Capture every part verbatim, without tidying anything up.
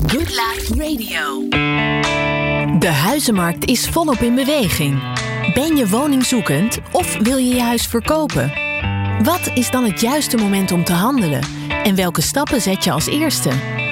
Good Life Radio. De huizenmarkt is volop in beweging. Ben je woningzoekend of wil je je huis verkopen? Wat is dan het juiste moment om te handelen? En welke stappen zet je als eerste?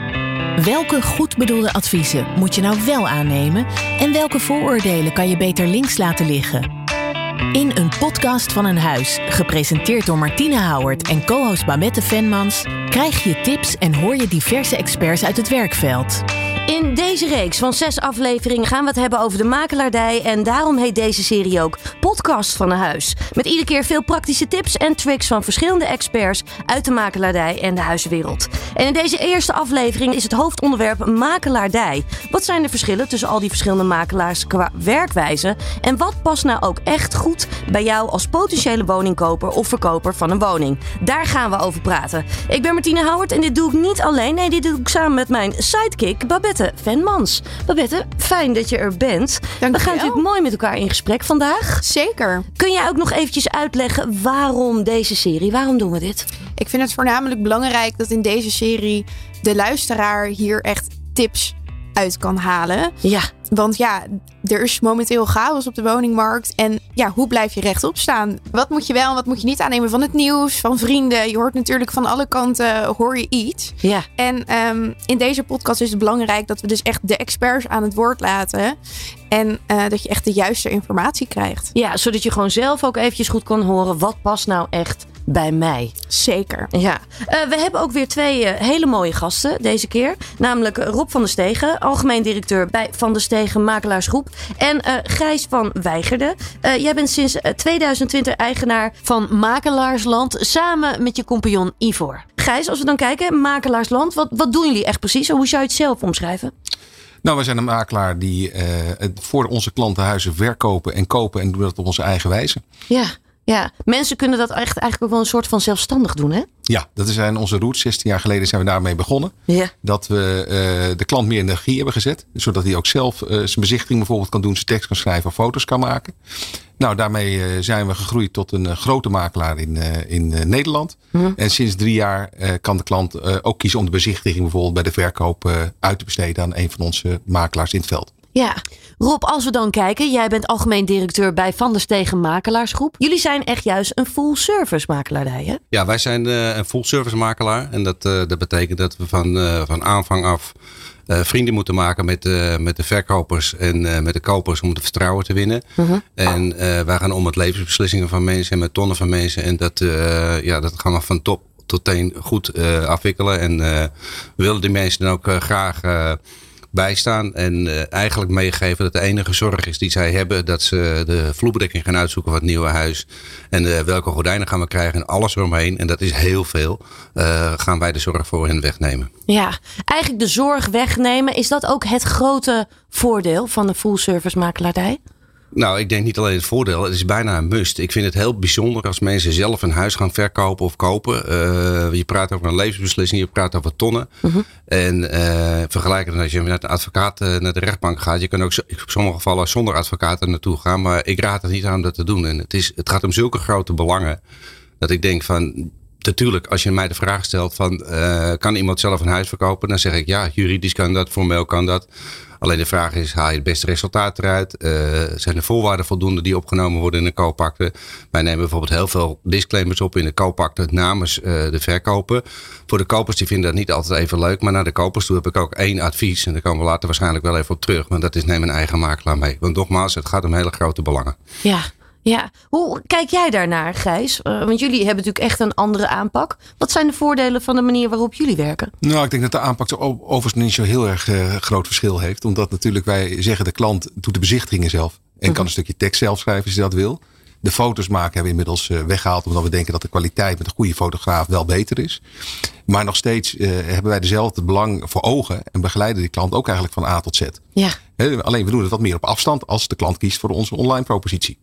Welke goed bedoelde adviezen moet je nou wel aannemen? En welke vooroordelen kan je beter links laten liggen? In een podcast van een huis, gepresenteerd door Martine Houwert en co-host Babette Venmans, krijg je tips en hoor je diverse experts uit het werkveld. In deze reeks van zes afleveringen gaan we het hebben over de makelaardij en daarom heet deze serie ook Podcast van een Huis. Met iedere keer veel praktische tips en tricks van verschillende experts uit de makelaardij en de huiswereld. En in deze eerste aflevering is het hoofdonderwerp makelaardij. Wat zijn de verschillen tussen al die verschillende makelaars qua werkwijze? En wat past nou ook echt goed bij jou als potentiële woningkoper of verkoper van een woning? Daar gaan we over praten. Ik ben Martine Houwert en dit doe ik niet alleen. Nee, dit doe ik samen met mijn sidekick Babette Venmans. Babette, fijn dat je er bent. Dank we gaan je wel. natuurlijk mooi met elkaar in gesprek vandaag. Zeker. Kun jij ook nog eventjes uitleggen waarom deze serie? Waarom doen we dit? Ik vind het voornamelijk belangrijk dat in deze serie de luisteraar hier echt tips uit kan halen. Ja. Want ja, er is momenteel chaos op de woningmarkt. En ja, hoe blijf je rechtop staan? Wat moet je wel en wat moet je niet aannemen van het nieuws, van vrienden? Je hoort natuurlijk van alle kanten, hoor je iets. Ja. En um, in deze podcast is het belangrijk dat we dus echt de experts aan het woord laten. En uh, dat je echt de juiste informatie krijgt. Ja, zodat je gewoon zelf ook eventjes goed kan horen wat past nou echt bij mij. Zeker. Ja, uh, we hebben ook weer twee uh, hele mooie gasten deze keer. Namelijk Rob van der Stegen, algemeen directeur bij Van der Stegen Makelaarsgroep. En uh, Gijs van Weijgerden. Uh, jij bent sinds uh, tweeduizend twintig eigenaar van Makelaarsland samen met je compagnon Ivor. Gijs, als we dan kijken, Makelaarsland, wat, wat doen jullie echt precies? Hoe zou je het zelf omschrijven? Nou, wij zijn een makelaar die uh, voor onze klanten huizen verkopen en kopen en doen dat op onze eigen wijze. Ja. Ja, mensen kunnen dat echt eigenlijk ook wel een soort van zelfstandig doen, hè? Ja, dat zijn onze roots. zestien jaar geleden zijn we daarmee begonnen. Ja. Dat we uh, de klant meer in de regie hebben gezet. Zodat hij ook zelf uh, zijn bezichtiging bijvoorbeeld kan doen. Zijn tekst kan schrijven of foto's kan maken. Nou, daarmee uh, zijn we gegroeid tot een uh, grote makelaar in, uh, in uh, Nederland. Mm-hmm. En sinds drie jaar uh, kan de klant uh, ook kiezen om de bezichtiging bijvoorbeeld bij de verkoop uh, uit te besteden aan een van onze makelaars in het veld. Ja, Rob, als we dan kijken, jij bent algemeen directeur bij Van der Stegen Makelaarsgroep. Jullie zijn echt juist een full service makelaardij, hè? Ja, wij zijn uh, een full service makelaar. En dat, uh, dat betekent dat we van, uh, van aanvang af uh, vrienden moeten maken met, uh, met de verkopers en uh, met de kopers om het vertrouwen te winnen. Uh-huh. En uh, wij gaan om met levensbeslissingen van mensen en met tonnen van mensen. En dat, uh, ja, dat gaan we van top tot teen goed uh, afwikkelen. En uh, we willen die mensen dan ook uh, graag Uh, bijstaan en uh, eigenlijk meegeven dat de enige zorg is die zij hebben, dat ze de vloerbedekking gaan uitzoeken van het nieuwe huis en uh, welke gordijnen gaan we krijgen en alles eromheen, en dat is heel veel, uh, gaan wij de zorg voor hen wegnemen. Ja, eigenlijk de zorg wegnemen, is dat ook het grote voordeel van de full service makelaardij? Nou, ik denk niet alleen het voordeel. Het is bijna een must. Ik vind het heel bijzonder als mensen zelf een huis gaan verkopen of kopen. Uh, je praat over een levensbeslissing. Je praat over tonnen. Uh-huh. En uh, vergelijken als je met een advocaat uh, naar de rechtbank gaat. Je kan ook in sommige gevallen zonder advocaat er naartoe gaan. Maar ik raad het niet aan om dat te doen. En het, is, het gaat om zulke grote belangen. Dat ik denk van natuurlijk, als je mij de vraag stelt van uh, kan iemand zelf een huis verkopen? Dan zeg ik ja, juridisch kan dat, formeel kan dat. Alleen de vraag is, haal je het beste resultaat eruit? Uh, zijn de voorwaarden voldoende die opgenomen worden in de koopakte? Wij nemen bijvoorbeeld heel veel disclaimers op in de koopakte namens uh, de verkoper. Voor de kopers die vinden dat niet altijd even leuk. Maar naar de kopers toe heb ik ook één advies. En daar komen we later waarschijnlijk wel even op terug. Maar dat is neem een eigen makelaar mee. Want nogmaals, het gaat om hele grote belangen. Ja. Ja, hoe kijk jij daarnaar, Gijs? Uh, want jullie hebben natuurlijk echt een andere aanpak. Wat zijn de voordelen van de manier waarop jullie werken? Nou, ik denk dat de aanpak zo overigens niet zo heel erg uh, groot verschil heeft. Omdat natuurlijk wij zeggen de klant doet de bezichtigingen zelf. En uh-huh. kan een stukje tekst zelf schrijven als hij dat wil. De foto's maken hebben we inmiddels uh, weggehaald. Omdat we denken dat de kwaliteit met een goede fotograaf wel beter is. Maar nog steeds uh, hebben wij dezelfde belang voor ogen. En begeleiden die klant ook eigenlijk van A tot Z. Ja. He, alleen we doen het wat meer op afstand als de klant kiest voor onze online propositie.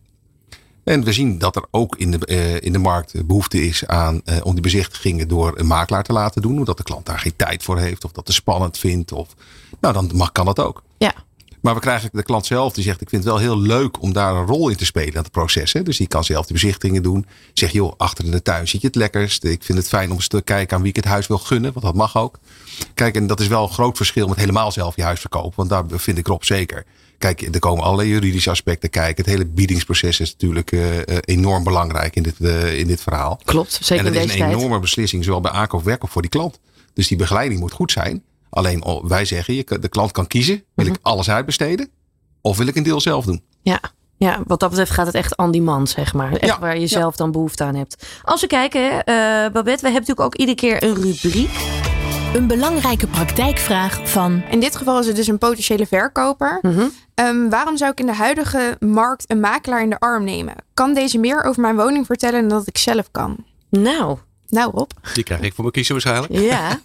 En we zien dat er ook in de, uh, in de markt behoefte is aan uh, om die bezichtigingen door een makelaar te laten doen. Omdat de klant daar geen tijd voor heeft of dat te spannend vindt. Of, nou, dan mag, kan dat ook. Ja. Maar we krijgen de klant zelf die zegt, ik vind het wel heel leuk om daar een rol in te spelen aan het proces. Hè? Dus die kan zelf de bezichtigingen doen. Zeg, joh, achter in de tuin zit je het lekkerst. Ik vind het fijn om eens te kijken aan wie ik het huis wil gunnen. Want dat mag ook. Kijk, en dat is wel een groot verschil met helemaal zelf je huis verkopen. Want daar vind ik Rob zeker. Kijk, er komen allerlei juridische aspecten kijken. Het hele biedingsproces is natuurlijk uh, enorm belangrijk in dit, uh, in dit verhaal. Klopt, zeker in deze tijd. En het is een enorme beslissing, zowel bij aankoop als verkoop voor die klant. Dus die begeleiding moet goed zijn. Alleen wij zeggen, de klant kan kiezen. Wil mm-hmm. ik alles uitbesteden? Of wil ik een deel zelf doen? Ja. Ja, wat dat betreft gaat het echt on demand, zeg maar. Echt ja, waar je zelf ja. dan behoefte aan hebt. Als we kijken, uh, Babette, we hebben natuurlijk ook iedere keer een rubriek. Een belangrijke praktijkvraag van... In dit geval is het dus een potentiële verkoper. Mm-hmm. Um, waarom zou ik in de huidige markt een makelaar in de arm nemen? Kan deze meer over mijn woning vertellen dan dat ik zelf kan? Nou... Nou Rob. Die krijg ik voor mijn kiezen waarschijnlijk. Ja.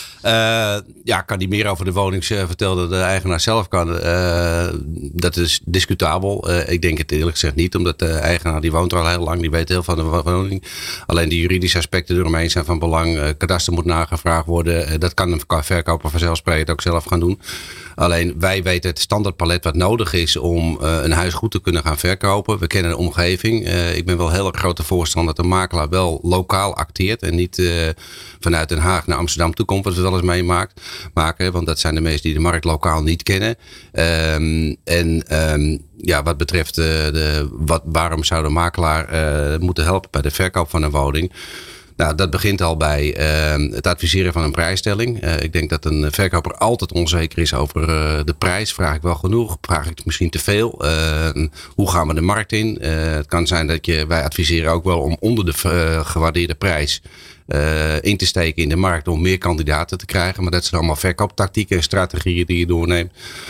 uh, ja, kan die meer over de woning vertellen dan de eigenaar zelf kan? Uh, dat is discutabel. Uh, ik denk het eerlijk gezegd niet. Omdat de eigenaar die woont er al heel lang. Die weet heel veel van de woning. Alleen die juridische aspecten eromheen zijn van belang. Uh, kadaster moet nagevraagd worden. Uh, dat kan een verkoper vanzelfsprekend ook zelf gaan doen. Alleen wij weten het standaardpalet wat nodig is om uh, een huis goed te kunnen gaan verkopen. We kennen de omgeving. Uh, ik ben wel heel erg grote voorstander dat de makelaar wel lokaal acteert. En niet uh, vanuit Den Haag naar Amsterdam toe komt. Wat we wel eens meemaakt. Maken, want dat zijn de mensen die de markt lokaal niet kennen. Um, en um, ja, wat betreft uh, de, wat, waarom zou de makelaar uh, moeten helpen bij de verkoop van een woning? Nou, dat begint al bij uh, het adviseren van een prijsstelling. Uh, ik denk dat een verkoper altijd onzeker is over uh, de prijs. Vraag ik wel genoeg? Vraag ik misschien te veel? Uh, hoe gaan we de markt in? Uh, het kan zijn dat je, wij adviseren ook wel om onder de uh, gewaardeerde prijs uh, in te steken in de markt om meer kandidaten te krijgen. Maar dat zijn allemaal verkooptactieken en strategieën die je doorneemt.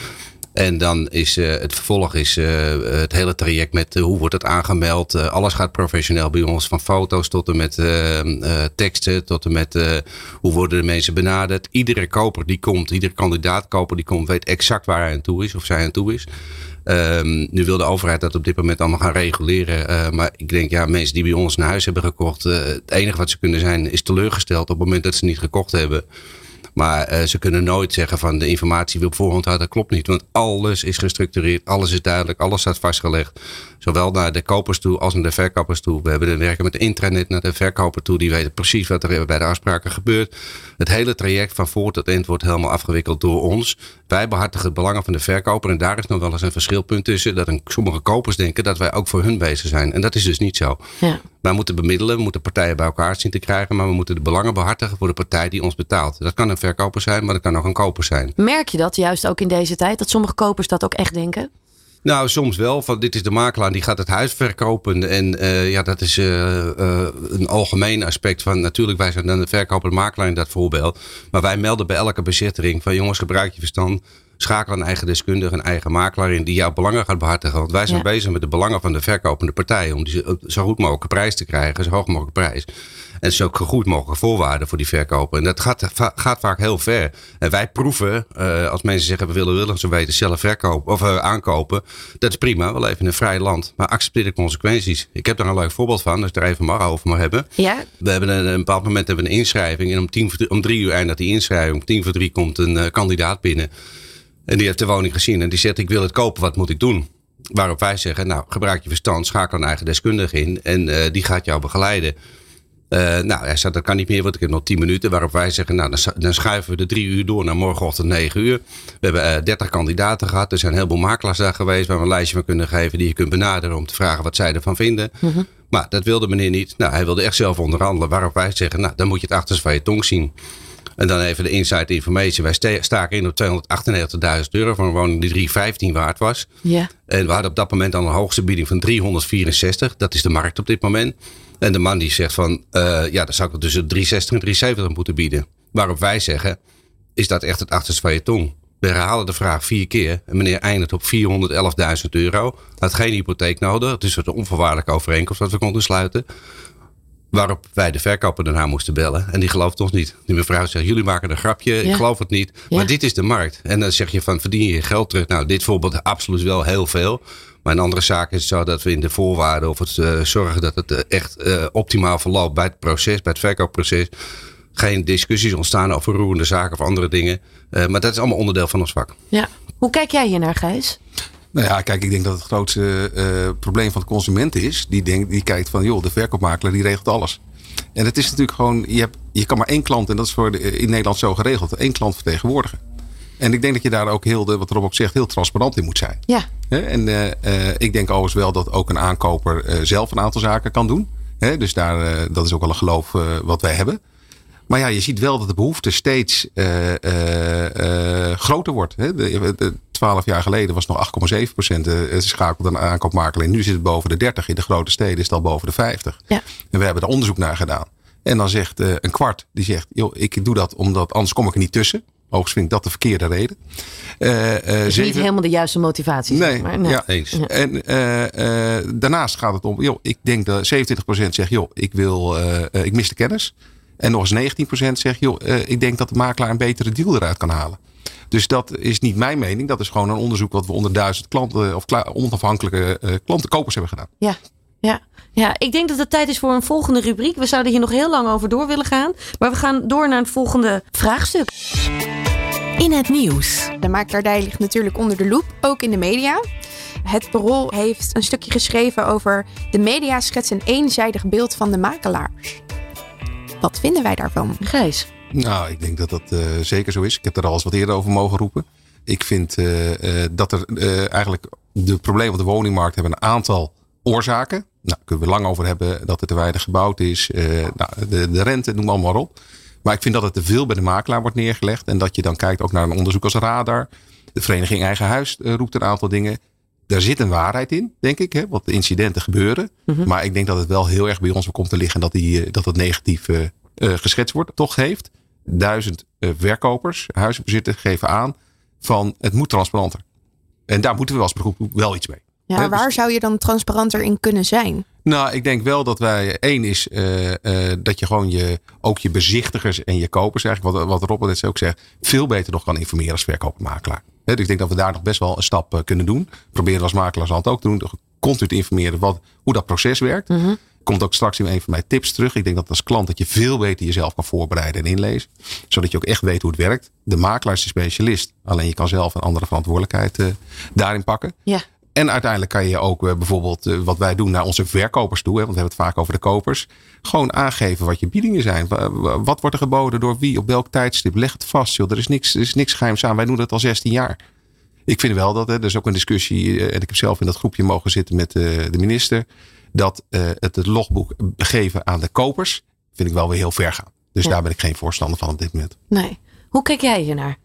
En dan is uh, het vervolg is uh, het hele traject met uh, hoe wordt het aangemeld. Uh, alles gaat professioneel bij ons. Van foto's tot en met uh, uh, teksten. Tot en met uh, hoe worden de mensen benaderd. Iedere koper die komt, iedere kandidaatkoper die komt, weet exact waar hij aan toe is of zij aan toe is. Um, nu wil de overheid dat op dit moment allemaal gaan reguleren. Uh, maar ik denk, ja, mensen die bij ons een huis hebben gekocht. Uh, het enige wat ze kunnen zijn is teleurgesteld op het moment dat ze niet gekocht hebben. Maar uh, ze kunnen nooit zeggen van de informatie die we op voorhand hadden, dat klopt niet. Want alles is gestructureerd, alles is duidelijk, alles staat vastgelegd. Zowel naar de kopers toe als naar de verkopers toe. We hebben werken met de intranet naar de verkoper toe. Die weten precies wat er bij de afspraken gebeurt. Het hele traject van voor tot eind wordt helemaal afgewikkeld door ons. Wij behartigen het belangen van de verkoper. En daar is nog wel eens een verschilpunt tussen. Dat een, sommige kopers denken dat wij ook voor hun bezig zijn. En dat is dus niet zo. Ja. Wij moeten bemiddelen, we moeten partijen bij elkaar zien te krijgen. Maar we moeten de belangen behartigen voor de partij die ons betaalt. Dat kan een verkoper zijn, maar dat kan ook een koper zijn. Merk je dat juist ook in deze tijd? Dat sommige kopers dat ook echt denken? Nou, soms wel. Van, dit is de makelaar, die gaat het huis verkopen. En uh, ja, dat is uh, uh, een algemeen aspect van... Natuurlijk, wij zijn dan de verkoper, de makelaar in dat voorbeeld. Maar wij melden bij elke bezittering van... jongens, gebruik je verstand. Schakel een eigen deskundige, een eigen makelaar in... die jouw belangen gaat behartigen. Want wij zijn ja. bezig met de belangen van de verkopende partij... om die zo goed mogelijk prijs te krijgen, zo hoog mogelijk prijs. En zo goed mogelijke voorwaarden voor die verkoper. En dat gaat, gaat vaak heel ver. En wij proeven, uh, als mensen zeggen... we willen, willen zo weten zelf verkopen of uh, aankopen. Dat is prima, we leven in een vrij land. Maar accepteer de consequenties. Ik heb daar een leuk voorbeeld van, als ik er even maar over mag hebben. Ja. We hebben een, een bepaald moment hebben we een inschrijving. En om, tien, om drie uur eindigt die inschrijving. Om tien voor drie komt een uh, kandidaat binnen. En die heeft de woning gezien. En die zegt, ik wil het kopen, wat moet ik doen? Waarop wij zeggen, nou, gebruik je verstand. Schakel een eigen deskundige in. En uh, die gaat jou begeleiden. Uh, nou, hij zegt, dat kan niet meer, want ik heb nog tien minuten. Waarop wij zeggen, nou, dan, dan schuiven we de drie uur door naar morgenochtend negen uur. We hebben uh, dertig kandidaten gehad. Er zijn een heleboel makelaars daar geweest waar we een lijstje van kunnen geven die je kunt benaderen om te vragen wat zij ervan vinden. Mm-hmm. Maar dat wilde meneer niet. Nou, hij wilde echt zelf onderhandelen. Waarop wij zeggen, nou, dan moet je het achterste van je tong zien. En dan even de inside information. Wij staken in op tweehonderdachtennegentigduizend euro voor een woning die driehonderdvijftien waard was. Ja. En we hadden op dat moment al een hoogste bieding van driehonderdvierenzestig. Dat is de markt op dit moment. En de man die zegt van, uh, ja, dan zou ik het tussen driehonderdzestig en driehonderdzeventig moeten bieden. Waarop wij zeggen, is dat echt het achterste van je tong? We herhalen de vraag vier keer. En meneer eindigt op vierhonderdelfduizend euro. Had geen hypotheek nodig. Het is een onvoorwaardelijke overeenkomst wat we konden sluiten. Waarop wij de verkoper daarna moesten bellen. En die gelooft ons niet. Die mevrouw zegt, jullie maken een grapje. Ja. Ik geloof het niet. Maar ja. Dit is de markt. En dan zeg je van, verdien je je geld terug? Nou, dit voorbeeld absoluut wel heel veel. Maar in andere zaken is het zo dat we in de voorwaarden... of het uh, zorgen dat het uh, echt uh, optimaal verloopt bij het proces, bij het verkoopproces... geen discussies ontstaan over roerende zaken of andere dingen. Uh, maar dat is allemaal onderdeel van ons vak. Ja, Hoe kijk jij hier naar, Gijs? Nou ja, kijk, ik denk dat het grootste uh, probleem van de consument is. Die, denkt, die kijkt van, joh, de verkoopmakelaar die regelt alles. En het is natuurlijk gewoon, je, hebt, je kan maar één klant, en dat is voor de, in Nederland zo geregeld, één klant vertegenwoordigen. En ik denk dat je daar ook heel, de, wat Rob ook zegt, heel transparant in moet zijn. Ja. He, en uh, uh, ik denk overigens wel dat ook een aankoper uh, zelf een aantal zaken kan doen. He, dus daar, uh, dat is ook wel een geloof uh, wat wij hebben. Maar ja, je ziet wel dat de behoefte steeds uh, uh, uh, groter wordt. Hè. De, de, twaalf jaar geleden was het nog acht komma zeven procent geschakeld aan aankoopmakelaar. En nu zit het boven de dertig. In de grote steden is het al boven de vijftig. Ja. En we hebben er onderzoek naar gedaan. En dan zegt uh, een kwart, die zegt, joh, ik doe dat omdat anders kom ik er niet tussen. Overigens vind ik dat de verkeerde reden. Uh, uh, dus zeven... niet helemaal de juiste motivatie. Nee, zeg maar. nee. Ja. Eens. Ja. En uh, uh, daarnaast gaat het om, joh, ik denk dat zevenentwintig procent zegt, joh, ik, wil, uh, uh, ik mis de kennis. En nog eens negentien procent zegt, joh, uh, ik denk dat de makelaar een betere deal eruit kan halen. Dus dat is niet mijn mening. Dat is gewoon een onderzoek wat we onder duizend klanten of onafhankelijke uh, klantenkopers hebben gedaan. Ja. Ja. ja, ik denk dat het tijd is voor een volgende rubriek. We zouden hier nog heel lang over door willen gaan. Maar we gaan door naar het volgende vraagstuk. In het nieuws. De makelaardij ligt natuurlijk onder de loep, ook in de media. Het Parool heeft een stukje geschreven over de media schetsen een eenzijdig beeld van de makelaars. Wat vinden wij daarvan? Gijs? Nou, ik denk dat dat uh, zeker zo is. Ik heb er al eens wat eerder over mogen roepen. Ik vind uh, uh, dat er uh, eigenlijk de problemen op de woningmarkt hebben een aantal oorzaken. Nou, daar kunnen we lang over hebben dat er te weinig gebouwd is. Uh, nou, de, de rente, noem allemaal maar op. Maar ik vind dat het te veel bij de makelaar wordt neergelegd. En dat je dan kijkt ook naar een onderzoek als Radar. De vereniging Eigen Huis uh, roept een aantal dingen. Daar zit een waarheid in, denk ik. Hè, want de incidenten gebeuren. Mm-hmm. Maar ik denk dat het wel heel erg bij ons komt te liggen. Dat, die, dat het negatief uh, uh, geschetst wordt. Toch heeft duizend uh, verkopers, huizenbezitters geven aan van het moet transparanter. En daar moeten we als beroep wel iets mee. Ja, He, waar dus, zou je dan transparanter in kunnen zijn? Nou, ik denk wel dat wij, één is uh, uh, dat je gewoon je, ook je bezichtigers en je kopers, eigenlijk wat, wat Rob net ook zegt, veel beter nog kan informeren als verkoopmakelaar. He, dus ik denk dat we daar nog best wel een stap uh, kunnen doen. Proberen als makelaars altijd ook te doen. Continu te informeren wat, hoe dat proces werkt. Mm-hmm. Komt ook straks in een van mijn tips terug. Ik denk dat als klant dat je veel beter jezelf kan voorbereiden en inlezen. Zodat je ook echt weet hoe het werkt. De makelaar is de specialist. Alleen je kan zelf een andere verantwoordelijkheid uh, daarin pakken. Ja. En uiteindelijk kan je ook uh, bijvoorbeeld uh, wat wij doen naar onze verkopers toe. Hè, want we hebben het vaak over de kopers. Gewoon aangeven wat je biedingen zijn. Wat wordt er geboden door wie op welk tijdstip. Leg het vast. Joh. Er is niks, er is niks geheims aan. Wij doen dat al zestien jaar. Ik vind wel dat, hè, er is ook een discussie. Uh, en ik heb zelf in dat groepje mogen zitten met uh, de minister. Dat uh, het, het logboek geven aan de kopers. Vind ik wel weer heel ver gaan. Dus ja. Daar ben ik geen voorstander van op dit moment. Nee. Hoe kijk jij hiernaar?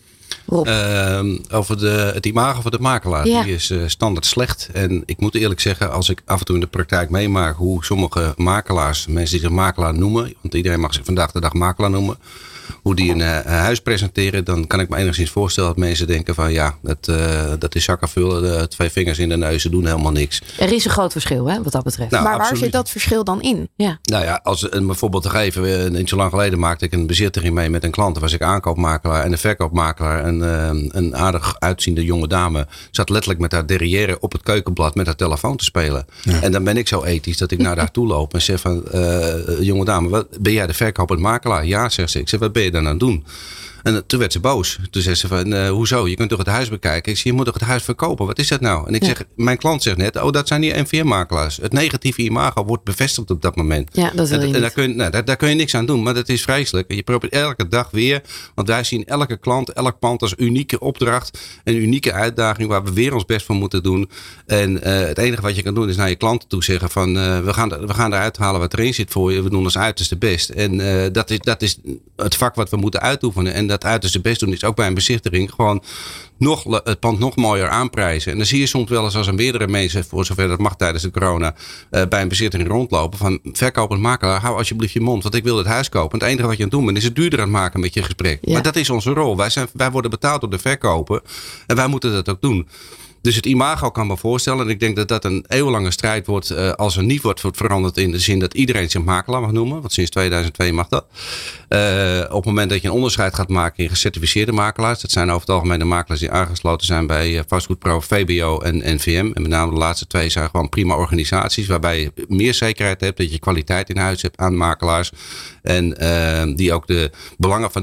Uh, over de, het imago van de makelaar. Ja. Die is uh, standaard slecht. En ik moet eerlijk zeggen, als ik af en toe in de praktijk meemaak hoe sommige makelaars, mensen die zich makelaar noemen, want iedereen mag zich vandaag de dag makelaar noemen, hoe die een uh, huis presenteren, dan kan ik me enigszins voorstellen dat mensen denken van ja, dat, uh, dat is zakken vullen, uh, twee vingers in de neus, ze doen helemaal niks. Er is een groot verschil, hè, wat dat betreft. Nou, maar absoluut. Waar zit dat verschil dan in? Ja. Nou ja, als een bijvoorbeeld te geven, niet zo lang geleden maakte ik een bezichtiging mee met een klant. Daar was ik aankoopmakelaar en de verkoopmakelaar. En uh, een aardig uitziende jonge dame zat letterlijk met haar derrière op het keukenblad met haar telefoon te spelen. Ja. En dan ben ik zo ethisch dat ik naar daar toe loop en zeg van, uh, jonge dame, wat, ben jij de verkopend makelaar? Ja, zegt ze. Ik zeg, wat ben je dan aan het doen? En toen werd ze boos. Toen zei ze van, uh, hoezo? Je kunt toch het huis bekijken? Ik zeg, je moet toch het huis verkopen? Wat is dat nou? En ik ja. zeg, mijn klant zegt net, oh, dat zijn die N V M-makelaars. Het negatieve imago wordt bevestigd op dat moment. Ja, dat wil je en, en daar, kun je, niet. nou, daar, daar kun je niks aan doen. Maar dat is vreselijk. Je probeert elke dag weer. Want wij zien elke klant, elk pand als unieke opdracht. Een unieke uitdaging waar we weer ons best voor moeten doen. En uh, het enige wat je kan doen is naar je klanten toe zeggen van, uh, we, gaan, we gaan eruit halen wat erin zit voor je. We doen ons uiterste best. En uh, dat, is, dat is het vak wat we moeten uitoefenen. En dat uiterste best doen is ook bij een bezichtiging gewoon nog, het pand nog mooier aanprijzen. En dan zie je soms wel eens als een meerdere mensen, voor zover dat mag tijdens de corona, uh, bij een bezichtiging rondlopen van verkopend makelaar, hou alsjeblieft je mond, want ik wil het huis kopen. En het enige wat je aan het doen bent is het duurder aan het maken met je gesprek. Ja. Maar dat is onze rol. Wij, zijn, wij worden betaald door de verkoper en wij moeten dat ook doen. Dus het imago kan me voorstellen. En ik denk dat dat een eeuwenlange strijd wordt uh, als er niet wordt, wordt veranderd in de zin dat iedereen zich makelaar mag noemen. Want sinds tweeduizend twee mag dat. Uh, op het moment dat je een onderscheid gaat maken in gecertificeerde makelaars. Dat zijn over het algemeen de makelaars die aangesloten zijn bij uh, Vastgoedpro, V B O en N V M. En met name de laatste twee zijn gewoon prima organisaties. Waarbij je meer zekerheid hebt dat je kwaliteit in huis hebt aan makelaars. En uh, die ook de belangen van de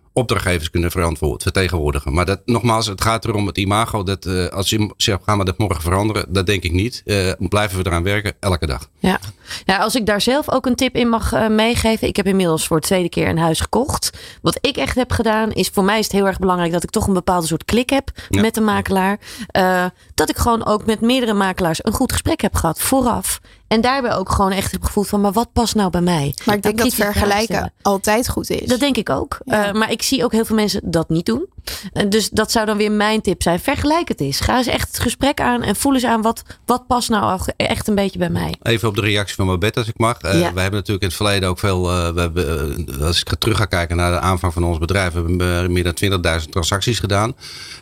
opdrachtgevers kunnen verantwoord, vertegenwoordigen. Maar dat, nogmaals, het gaat erom het imago. Dat, uh, als je zegt, gaan we dat morgen veranderen? Dat denk ik niet. Uh, blijven we eraan werken, elke dag. Ja. Ja, als ik daar zelf ook een tip in mag uh, meegeven. Ik heb inmiddels voor de tweede keer een huis gekocht. Wat ik echt heb gedaan is, voor mij is het heel erg belangrijk dat ik toch een bepaalde soort klik heb ja. met de makelaar. Uh, dat ik gewoon ook met meerdere makelaars een goed gesprek heb gehad vooraf. En daarbij ook gewoon echt heb gevoeld van, maar wat past nou bij mij? Maar ik denk dat vergelijken altijd goed is. Dat denk ik ook. Ja. Uh, maar ik zie ook heel veel mensen dat niet doen. Uh, dus dat zou dan weer mijn tip zijn. Vergelijk het eens. Ga eens echt het gesprek aan en voel eens aan wat, wat past nou echt een beetje bij mij. Even op de reactie van Babette als ik mag. Uh, ja. We hebben natuurlijk in het verleden ook veel, uh, we hebben, uh, als ik terug ga kijken naar de aanvang van ons bedrijf, we hebben uh, meer dan twintigduizend transacties gedaan.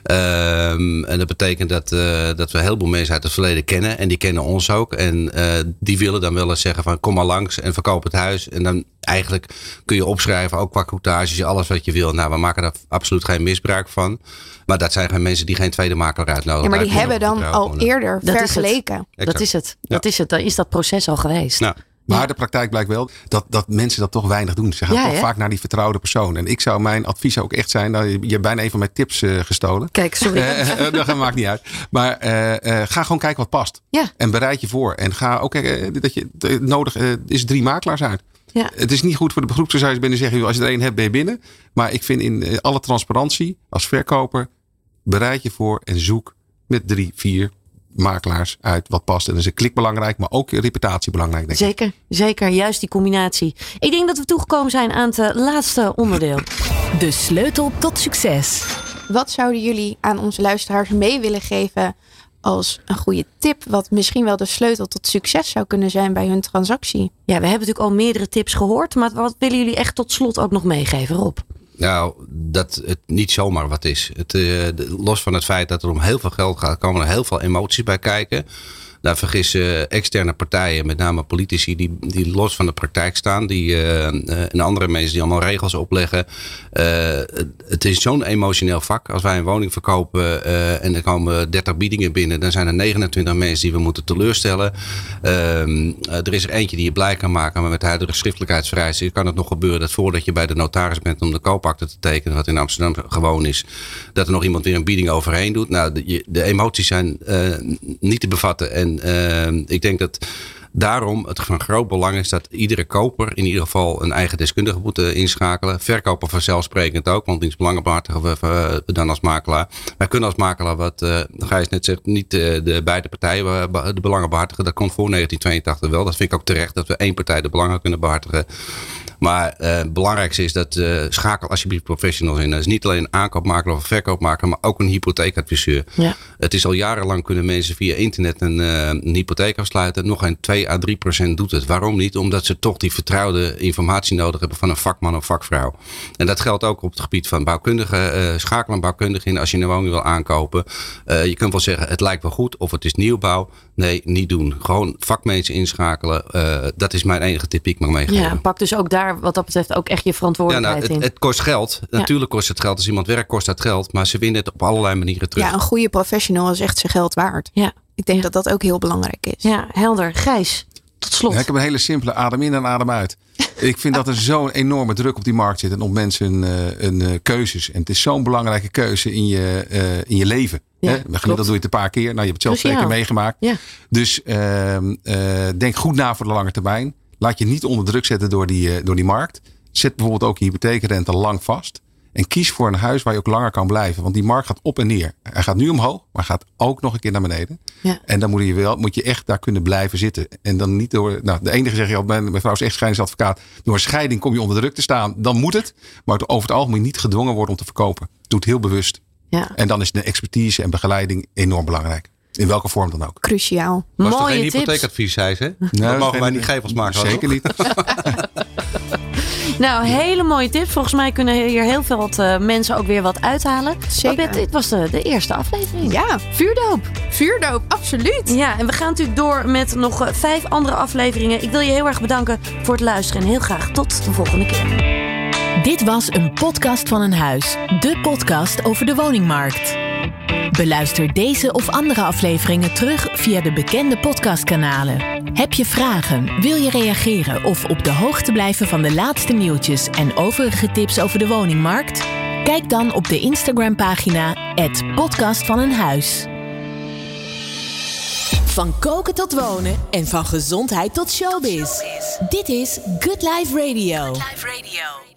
Uh, en dat betekent dat, uh, dat we een heleboel mensen uit het verleden kennen. En die kennen ons ook. En uh, die willen dan wel eens zeggen van kom maar langs en verkoop het huis. En dan eigenlijk kun je opschrijven, ook qua quotages, alles wat je wil. Nou, we maken daar absoluut geen misbruik van. Maar dat zijn geen mensen die geen tweede makelaar uitnodigen. Ja, maar die hebben dan al eerder dat vergeleken. Is dat is het. Dat ja. is het. Dan is dat proces al geweest. Nou. Maar de praktijk blijkt wel dat, dat mensen dat toch weinig doen. Ze gaan ja, toch hè? vaak naar die vertrouwde persoon. En ik zou mijn advies ook echt zijn. Nou, je hebt bijna een van mijn tips uh, gestolen. Kijk, sorry. Uh, dat maakt niet uit. Maar uh, uh, ga gewoon kijken wat past. Ja. En bereid je voor. En ga ook uh, dat je uh, nodig uh, is drie makelaars uit. Ja. Het is niet goed voor de begroep. Zou je binnen zeggen, als je er één hebt, ben je binnen. Maar ik vind in uh, alle transparantie als verkoper, bereid je voor en zoek met drie, vier makelaars uit wat past. En dan is een klik belangrijk, maar ook reputatie belangrijk. Denk zeker, ik. zeker. Juist die combinatie. Ik denk dat we toegekomen zijn aan het laatste onderdeel. De sleutel tot succes. Wat zouden jullie aan onze luisteraars mee willen geven als een goede tip, wat misschien wel de sleutel tot succes zou kunnen zijn bij hun transactie? Ja, we hebben natuurlijk al meerdere tips gehoord, maar wat willen jullie echt tot slot ook nog meegeven, Rob? Nou, dat het niet zomaar wat is. Het, uh, de, los van het feit dat er om heel veel geld gaat, komen er heel veel emoties bij kijken. Daar vergissen externe partijen, met name politici, die, die los van de praktijk staan. Die, uh, en andere mensen die allemaal regels opleggen. Uh, het is zo'n emotioneel vak. Als wij een woning verkopen uh, en er komen dertig biedingen binnen, dan zijn er negenentwintig mensen die we moeten teleurstellen. Uh, er is er eentje die je blij kan maken, maar met de huidige schriftelijkheidsvereisten kan het nog gebeuren dat voordat je bij de notaris bent om de koopakte te tekenen, wat in Amsterdam gewoon is, dat er nog iemand weer een bieding overheen doet. Nou, de, de emoties zijn uh, niet te bevatten. En uh, ik denk dat daarom het van groot belang is dat iedere koper in ieder geval een eigen deskundige moet uh, inschakelen. Verkoper vanzelfsprekend ook, want die is belangenbehartiger we, we dan als makelaar. Wij kunnen als makelaar, wat uh, Gijs net zegt, niet uh, de beide partijen uh, de belangen behartigen. Dat kon voor negentien tweeëntachtig wel. Dat vind ik ook terecht dat we één partij de belangen kunnen behartigen. Maar uh, het belangrijkste is dat uh, schakel alsjeblieft professionals in. Dat is niet alleen een aankoopmakelaar of een verkoopmakelaar, maar ook een hypotheekadviseur. Ja. Het is al jarenlang kunnen mensen via internet een, uh, een hypotheek afsluiten. Nog een twee à drie procent doet het. Waarom niet? Omdat ze toch die vertrouwde informatie nodig hebben van een vakman of vakvrouw. En dat geldt ook op het gebied van bouwkundige. Uh, schakel een bouwkundige in als je een woning wil aankopen. Uh, je kunt wel zeggen het lijkt wel goed of het is nieuwbouw. Nee, niet doen. Gewoon vakmensen inschakelen. Uh, dat is mijn enige tip die ik mag meegeven. Ja, pak dus ook daar wat dat betreft ook echt je verantwoordelijkheid ja, nou, het, in. Het kost geld. Ja. Natuurlijk kost het geld. Als iemand werkt kost dat geld. Maar ze winnen het op allerlei manieren terug. Ja, een goede professional is echt zijn geld waard. Ja. Ik denk dat dat ook heel belangrijk is. Ja, helder. Gijs, tot slot. Ja, ik heb een hele simpele adem in en adem uit. Ik vind dat er zo'n enorme druk op die markt zit en op mensen een, een, een keuzes. En het is zo'n belangrijke keuze in je, uh, in je leven. Ja, Hè? Dat doe je het een paar keer. Nou, je hebt het zelf zeker meegemaakt. Ja. Dus uh, uh, denk goed na voor de lange termijn. Laat je niet onder druk zetten door die, uh, door die markt. Zet bijvoorbeeld ook je hypotheekrente lang vast. En kies voor een huis waar je ook langer kan blijven. Want die markt gaat op en neer. Hij gaat nu omhoog, maar gaat ook nog een keer naar beneden. Ja. En dan moet je, wel, moet je echt daar kunnen blijven zitten. En dan niet door... Nou, de enige zeg je al, mijn, mijn vrouw is echt scheidingsadvocaat. Door een scheiding kom je onder druk te staan. Dan moet het. Maar over het algemeen niet gedwongen worden om te verkopen. Doe het heel bewust. Ja. En dan is de expertise en begeleiding enorm belangrijk. In welke vorm dan ook. Cruciaal. Was toch Mooie geen tips. hypotheekadvies, zei ze? Nou, dat mogen geen, wij niet geven als makelaar. Zeker niet. Nou, hele mooie tips. Volgens mij kunnen hier heel veel wat, uh, mensen ook weer wat uithalen. Zeker. Babette, dit was de, de eerste aflevering. Ja, Vuurdoop. vuurdoop, absoluut. Ja, en we gaan natuurlijk door met nog uh, vijf andere afleveringen. Ik wil je heel erg bedanken voor het luisteren. En heel graag tot de volgende keer. Dit was een podcast van een huis. De podcast over de woningmarkt. Beluister deze of andere afleveringen terug via de bekende podcastkanalen. Heb je vragen, wil je reageren of op de hoogte blijven van de laatste nieuwtjes en overige tips over de woningmarkt? Kijk dan op de Instagram-pagina at podcast van een huis. Van koken tot wonen en van gezondheid tot showbiz. Dit is Good Life Radio. Good Life Radio.